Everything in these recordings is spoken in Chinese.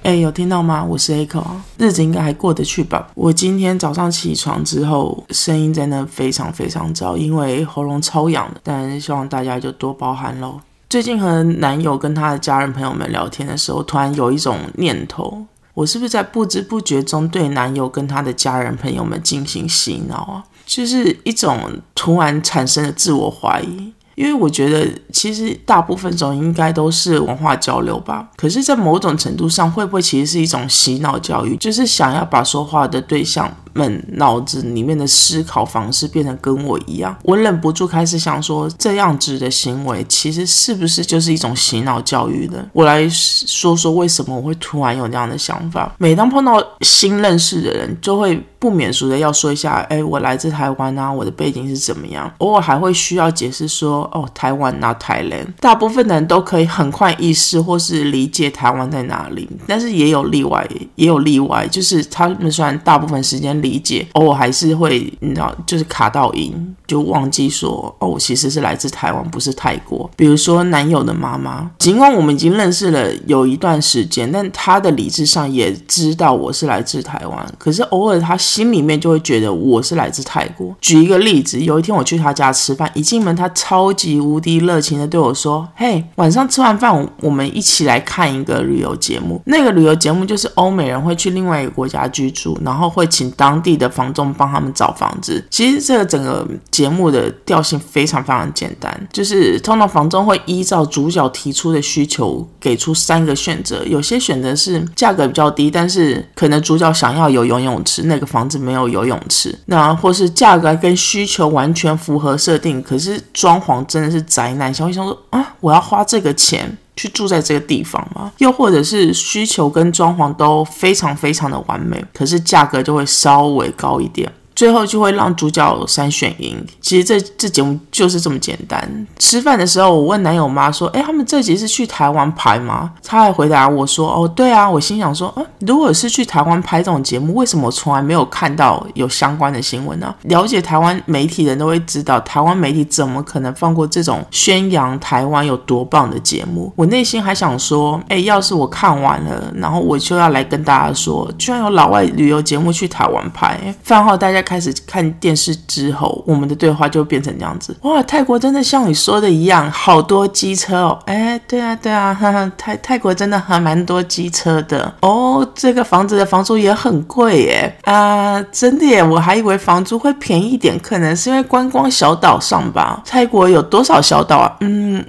有听到吗？我是 Echo， 日子应该还过得去吧。我今天早上起床之后声音真的非常非常糟，因为喉咙超痒的，但希望大家就多包涵咯。最近和男友跟他的家人朋友们聊天的时候，突然有一种念头，我是不是在不知不觉中对男友跟他的家人朋友们进行洗脑啊？就是一种突然产生的自我怀疑。因为我觉得其实大部分种应该都是文化交流吧，可是在某种程度上会不会其实是一种洗脑教育，就是想要把说话的对象们脑子里面的思考方式变成跟我一样。我忍不住开始想说，这样子的行为其实是不是就是一种洗脑教育呢？我来说说为什么我会突然有这样的想法。每当碰到新认识的人，就会不免俗的要说一下，我来自台湾啊，我的背景是怎么样，偶尔还会需要解释说，台湾not Thailand。大部分的人都可以很快意识或是理解台湾在哪里，但是也有例外，就是他们虽然大部分时间理解，偶尔还是会你知道，就是卡到音，就忘记说我其实是来自台湾，不是泰国。比如说男友的妈妈，尽管我们已经认识了有一段时间，但他的理智上也知道我是来自台湾，可是偶尔他心里面就会觉得我是来自泰国。举一个例子，有一天我去他家吃饭，一进门他超级无敌热情的对我说，嘿，晚上吃完饭我们一起来看一个旅游节目。那个旅游节目就是欧美人会去另外一个国家居住，然后会请当地的房仲帮他们找房子。其实这个整个节目的调性非常非常简单，就是通常房仲会依照主角提出的需求给出3个选择，有些选择是价格比较低，但是可能主角想要有游泳池，那个房子没有游泳池，那或是价格跟需求完全符合设定，可是装潢真的是灾难，小会想说我要花这个钱去住在这个地方吗？又或者是需求跟装潢都非常非常的完美，可是价格就会稍微高一点，最后就会让主角3选赢。其实这节目就是这么简单。吃饭的时候我问男友妈说，他们这集是去台湾拍吗？他还回答我说，对啊。我心想说，如果是去台湾拍这种节目，为什么我从来没有看到有相关的新闻呢？了解台湾媒体的人都会知道，台湾媒体怎么可能放过这种宣扬台湾有多棒的节目？我内心还想说，要是我看完了，然后我就要来跟大家说，居然有老外旅游节目去台湾拍。饭后大家开始看电视之后，我们的对话就变成这样子，哇，泰国真的像你说的一样，好多机车哦。对啊，哈哈，泰国真的还蛮多机车的哦。这个房子的房租也很贵耶。真的耶，我还以为房租会便宜一点，可能是因为观光小岛上吧。泰国有多少小岛啊？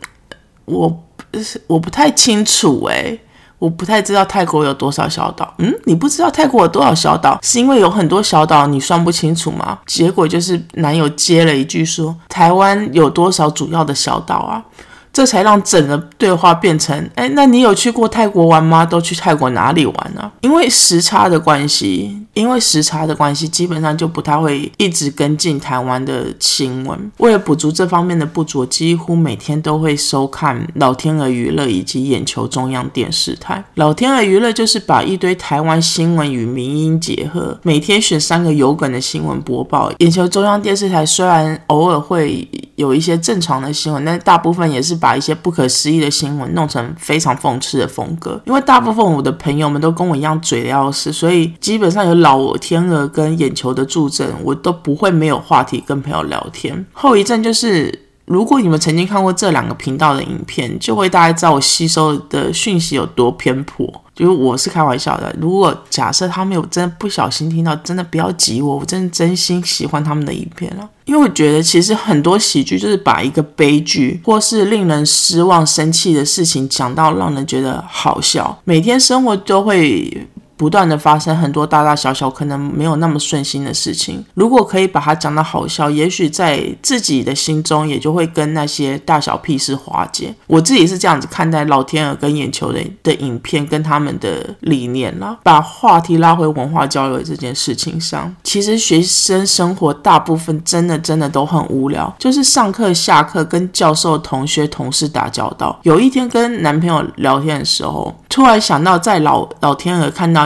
我不太清楚耶。我不太知道泰国有多少小岛。你不知道泰国有多少小岛，是因为有很多小岛你算不清楚吗？结果就是男友接了一句说，台湾有多少主要的小岛啊？这才让整个对话变成，那你有去过泰国玩吗？都去泰国哪里玩啊？因为时差的关系，基本上就不太会一直跟进台湾的新闻。为了补足这方面的不足，几乎每天都会收看老天鹅娱乐以及眼球中央电视台。老天鹅娱乐就是把一堆台湾新闻与民音结合，每天选3个有梗的新闻播报。眼球中央电视台虽然偶尔会有一些正常的新闻，但大部分也是把一些不可思议的新闻弄成非常讽刺的风格。因为大部分我的朋友们都跟我一样嘴的要死，所以基本上有老天鹅跟眼球的助阵，我都不会没有话题跟朋友聊天。后遗症就是，如果你们曾经看过这2个频道的影片，就会大概知道我吸收的讯息有多偏颇。就是我是开玩笑的，如果假设他们有真的不小心听到，真的不要急我真心喜欢他们的影片了。因为我觉得其实很多喜剧就是把一个悲剧或是令人失望生气的事情讲到让人觉得好笑。每天生活都会不断的发生很多大大小小可能没有那么顺心的事情，如果可以把它讲到好笑，也许在自己的心中也就会跟那些大小屁事化解。我自己是这样子看待老天鹅跟眼球的影片跟他们的理念啦，把话题拉回文化交流这件事情上。其实学生生活大部分真的都很无聊，就是上课下课跟教授同学同事打交道。有一天跟男朋友聊天的时候，突然想到在老天鹅看到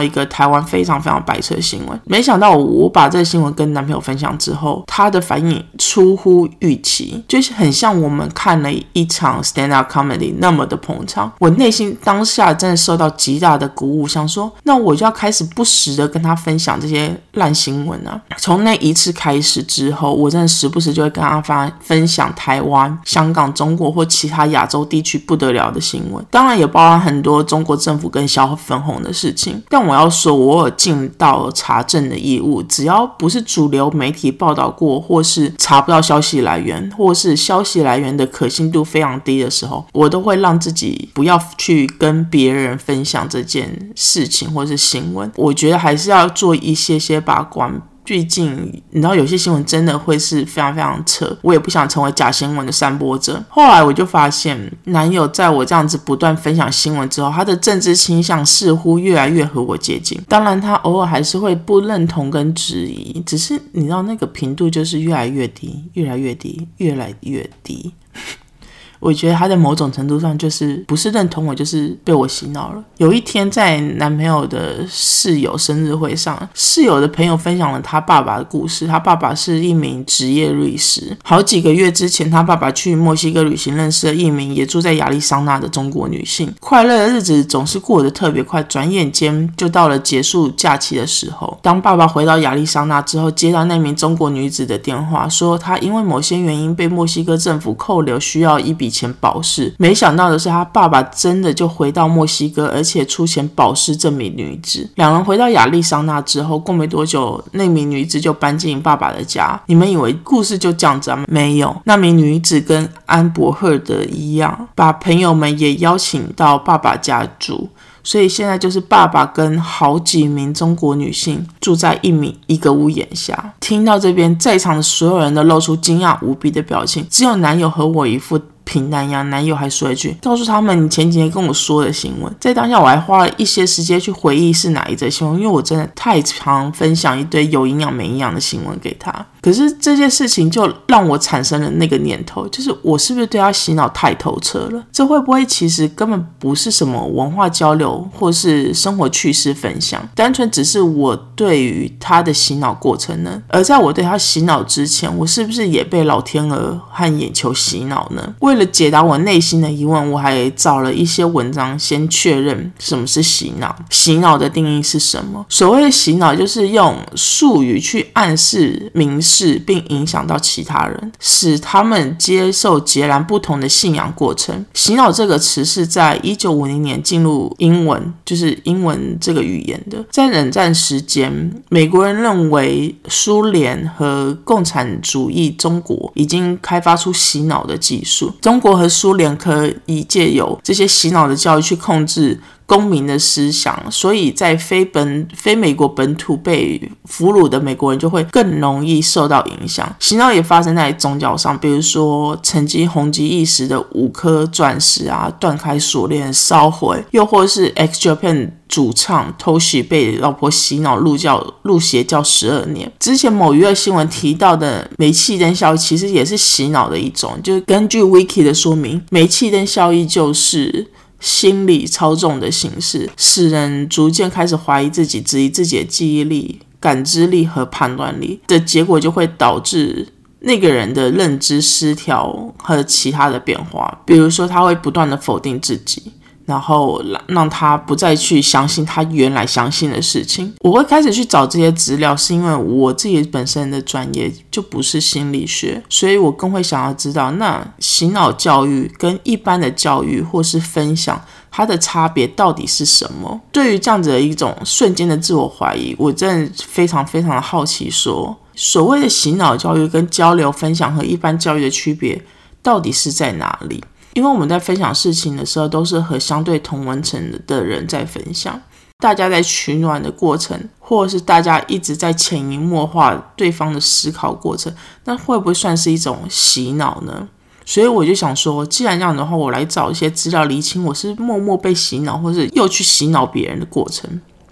到一个台湾非常非常白痴的新闻，没想到我把这个新闻跟男朋友分享之后，他的反应出乎预期，就是很像我们看了一场 stand up comedy 那么的捧场。我内心当下真的受到极大的鼓舞，想说那我就要开始不时的跟他分享这些烂新闻啊。从那一次开始之后，我真的时不时就会跟他分享台湾、香港、中国或其他亚洲地区不得了的新闻，当然也包含很多中国政府跟小粉红的事情。但我要说，我有尽到查证的义务，只要不是主流媒体报道过，或是查不到消息来源，或是消息来源的可信度非常低的时候，我都会让自己不要去跟别人分享这件事情或是新闻。我觉得还是要做一些把关，毕竟你知道有些新闻真的会是非常非常扯，我也不想成为假新闻的散播者。后来我就发现，男友在我这样子不断分享新闻之后，他的政治倾向似乎越来越和我接近。当然他偶尔还是会不认同跟质疑，只是你知道那个频度就是越来越低，越来越低，越来越低。我觉得他在某种程度上就是不是认同我，就是被我洗脑了。有一天在男朋友的室友生日会上，室友的朋友分享了他爸爸的故事。他爸爸是一名职业律师，好几个月之前他爸爸去墨西哥旅行，认识了一名也住在亚利桑那的中国女性。快乐的日子总是过得特别快，转眼间就到了结束假期的时候。当爸爸回到亚利桑那之后，接到那名中国女子的电话，说他因为某些原因被墨西哥政府扣留，需要一笔钱保释。没想到的是，他爸爸真的就回到墨西哥，而且出钱保释这名女子。两人回到亚利桑那之后，过没多久，那名女子就搬进爸爸的家。你们以为故事就这样子啊？没有，那名女子跟安伯赫德一样，把朋友们也邀请到爸爸家住。所以现在就是爸爸跟好几名中国女性住在一个屋檐下。听到这边，在场的所有人都露出惊讶无比的表情，只有男友和我一副平淡样。男友还说一句，告诉他们你前几天跟我说的新闻。在当下我还花了一些时间去回忆是哪一则新闻，因为我真的太常分享一堆有营养没营养的新闻给他。可是这件事情就让我产生了那个念头，就是我是不是对他洗脑太透彻了？这会不会其实根本不是什么文化交流或是生活趣事分享，单纯只是我对于他的洗脑过程呢？而在我对他洗脑之前，我是不是也被老天鹅和眼球洗脑呢？为了解答我内心的疑问，我还找了一些文章先确认什么是洗脑，洗脑的定义是什么。所谓的洗脑就是用术语去暗示明示并影响到其他人，使他们接受截然不同的信仰过程。洗脑这个词是在1950年进入英文，就是英文这个语言的。在冷战时间，美国人认为苏联和共产主义中国已经开发出洗脑的技术，中国和苏联可以借由这些洗脑的教育去控制公民的思想，所以在非美国本土被俘虏的美国人就会更容易受到影响。洗脑也发生在宗教上，比如说曾经红极一时的5颗钻石啊，断开锁链烧毁，又或是 X Japan 主唱 Toshi 被老婆洗脑入邪教12年。之前某娱乐新闻提到的煤气灯效应其实也是洗脑的一种，就是根据 Wiki 的说明，煤气灯效应就是心理操纵的形式，使人逐渐开始怀疑自己，质疑自己的记忆力、感知力和判断力的结果，就会导致那个人的认知失调和其他的变化。比如说他会不断的否定自己，然后让他不再去相信他原来相信的事情。我会开始去找这些资料，是因为我自己本身的专业就不是心理学，所以我更会想要知道，那洗脑教育跟一般的教育或是分享，它的差别到底是什么？对于这样子的一种瞬间的自我怀疑，我真的非常非常的好奇说，所谓的洗脑教育跟交流分享和一般教育的区别到底是在哪里？因为我们在分享事情的时候都是和相对同温层的人在分享，大家在取暖的过程，或者是大家一直在潜移默化对方的思考过程，那会不会算是一种洗脑呢？所以我就想说，既然这样的话，我来找一些资料厘清我是默默被洗脑或是又去洗脑别人的过程。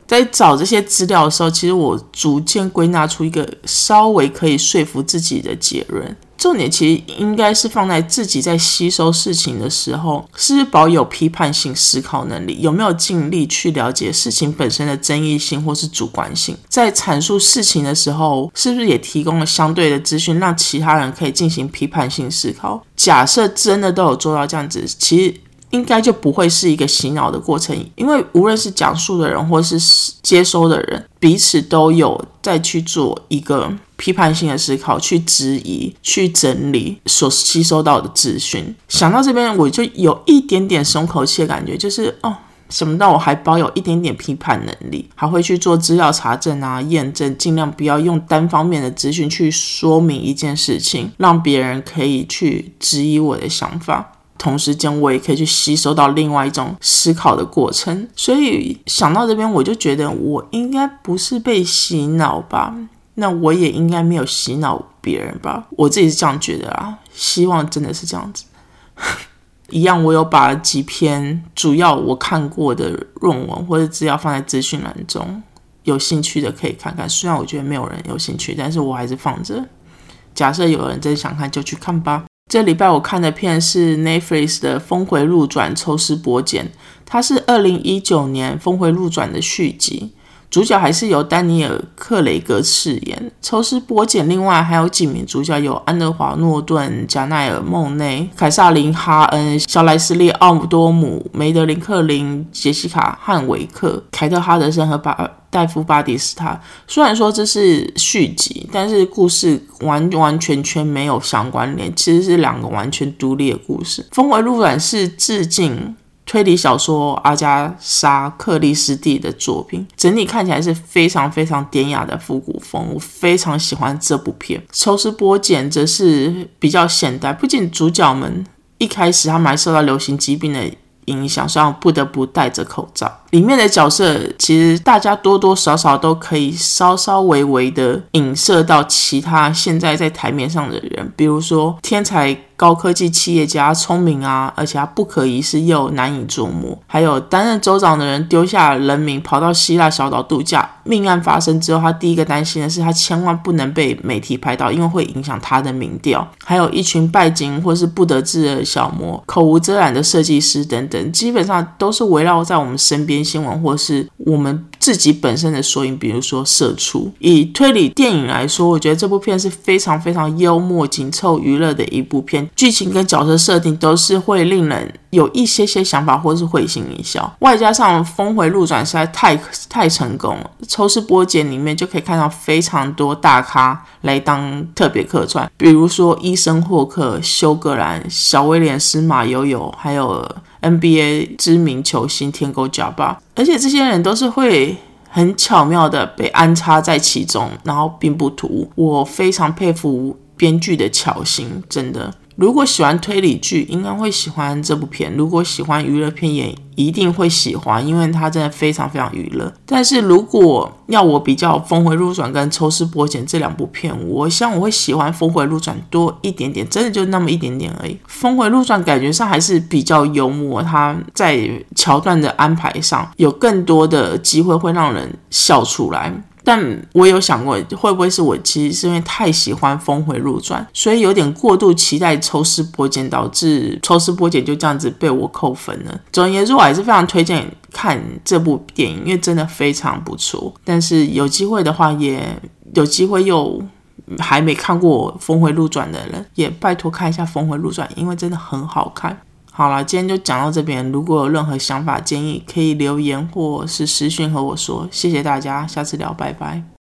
在找这些资料的时候，其实我逐渐归纳出一个稍微可以说服自己的结论。重点其实应该是放在自己在吸收事情的时候，是不是保有批判性思考能力，有没有尽力去了解事情本身的争议性或是主观性，在阐述事情的时候，是不是也提供了相对的资讯，让其他人可以进行批判性思考。假设真的都有做到这样子，其实应该就不会是一个洗脑的过程，因为无论是讲述的人或是接收的人，彼此都有再去做一个批判性的思考，去质疑，去整理所吸收到的资讯。想到这边，我就有一点点松口气的感觉，就是想不到我还保有一点点批判能力，还会去做资料查证啊、验证，尽量不要用单方面的资讯去说明一件事情，让别人可以去质疑我的想法。同时间我也可以去吸收到另外一种思考的过程。所以想到这边，我就觉得我应该不是被洗脑吧，那我也应该没有洗脑别人吧，我自己是这样觉得啊，希望真的是这样子。一样，我有把几篇主要我看过的论文或者资料放在资讯栏中，有兴趣的可以看看，虽然我觉得没有人有兴趣，但是我还是放着，假设有人真想看就去看吧。这礼拜我看的片是 Netflix 的《峰回路转：抽丝剥茧》，它是2019年《峰回路转》的续集，主角还是由丹尼尔·克雷格饰演。抽丝剥茧另外还有几名主角，有安德华·诺顿、贾奈尔·孟内、凯撒琳·哈恩、小莱斯利·奥多姆、梅德林·克林、杰西卡·汉维克、凯特·哈德森和戴夫·巴蒂斯塔。虽然说这是续集，但是故事完全没有相关联，其实是两个完全独立的故事。峰回路转是致敬推理小说阿加莎·克里斯蒂的作品，整体看起来是非常非常典雅的复古风，我非常喜欢这部片。抽丝剥茧则是比较现代，不仅主角们一开始他们还受到流行疾病的影响，所以不得不戴着口罩。里面的角色其实大家多多少少都可以稍微的影射到其他现在在台面上的人，比如说天才高科技企业家，聪明啊，而且他不可一世又难以捉摸。还有担任州长的人丢下人民跑到希腊小岛度假，命案发生之后，他第一个担心的是他千万不能被媒体拍到，因为会影响他的民调。还有一群拜金或是不得志的小模，口无遮拦的设计师等等，基本上都是围绕在我们身边新闻或是我们自己本身的缩影，比如说社畜。以推理电影来说，我觉得这部片是非常非常幽默紧凑娱乐的一部片，剧情跟角色设定都是会令人有一些想法或是会心一笑，外加上峰回路转实在太成功了。抽丝剥茧里面就可以看到非常多大咖来当特别客串，比如说伊森霍克、休格兰、小威廉斯、马友友，还有NBA 知名球星天狗贾巴，而且这些人都是会很巧妙的被安插在其中，然后并不突兀。我非常佩服编剧的巧心，真的。如果喜欢推理剧，应该会喜欢这部片；如果喜欢娱乐片，也一定会喜欢，因为它真的非常非常娱乐。但是如果要我比较峰回路转跟抽丝剥茧这两部片，我想我会喜欢峰回路转多一点点，真的就那么一点点而已。峰回路转感觉上还是比较幽默，它在桥段的安排上有更多的机会会让人笑出来。但我有想过会不会是我其实是因为太喜欢峰回路转，所以有点过度期待抽丝剥茧，导致抽丝剥茧就这样子被我扣分了。总而言之，我还是非常推荐看这部电影，因为真的非常不错。但是有机会的话，也有机会又还没看过峰回路转的人，也拜托看一下峰回路转，因为真的很好看。好了，今天就讲到这边，如果有任何想法建议可以留言或是私讯和我说，谢谢大家，下次聊，拜拜。